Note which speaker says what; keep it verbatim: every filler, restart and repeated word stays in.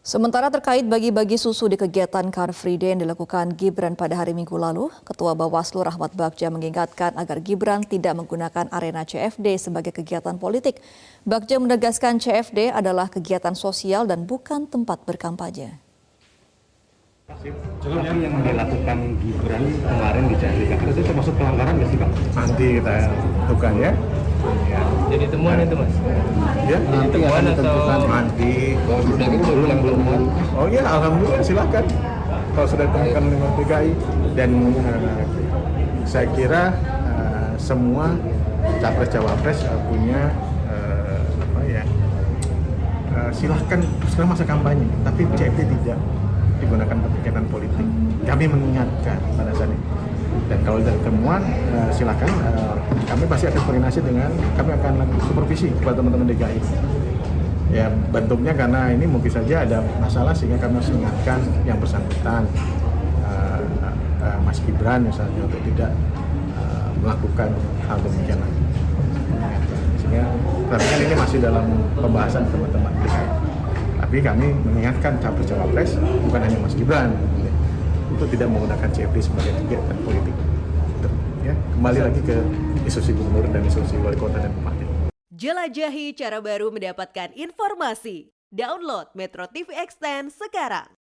Speaker 1: Sementara terkait bagi-bagi susu di kegiatan Car Free Day yang dilakukan Gibran pada hari Minggu lalu, Ketua Bawaslu Rahmat Bagja mengingatkan agar Gibran tidak menggunakan arena C F D sebagai kegiatan politik. Bagja menegaskan C F D adalah kegiatan sosial dan bukan tempat berkampanye.
Speaker 2: Tapi yang dilakukan Gibran kemarin di Jakarta itu termasuk pelanggaran nggak sih Pak?
Speaker 3: Nanti kita tentukan ya.
Speaker 2: Ya. Jadi temuan itu Mas?
Speaker 3: Ya,
Speaker 2: Jadi temuan atau
Speaker 3: nanti.
Speaker 2: Kalau sudah itu belum belum
Speaker 3: Oh iya, alhamdulillah silakan. Kalau sudah ditemukan oleh P K I dan uh, saya kira uh, semua capres cawapres uh, punya uh, apa ya? Uh, silahkan sekarang masa kampanye, tapi C F D tidak digunakan untuk kegiatan politik. Kami mengingatkan pada saat ini. Dan kalau ada temuan, uh, silakan uh, kami pasti akan koordinasi dengan, kami akan lakukan supervisi kepada teman-teman D K I. Ya bentuknya karena ini mungkin saja ada masalah sehingga kami harus mengingatkan yang bersangkutan, uh, uh, Mas Gibran misalnya untuk tidak uh, melakukan hal demikian lagi. Sehingga, tapi kan ini masih dalam pembahasan teman-teman D K I. Tapi kami mengingatkan capres-cawapres bukan hanya Mas Gibran untuk tidak menggunakan C F D sebagai kegiatan politik. Ya, kembali lagi ke instruksi gubernur dan instruksi wali kota dan bupati.
Speaker 4: Jelajahi cara baru mendapatkan informasi. Download Metro T V Extend sekarang.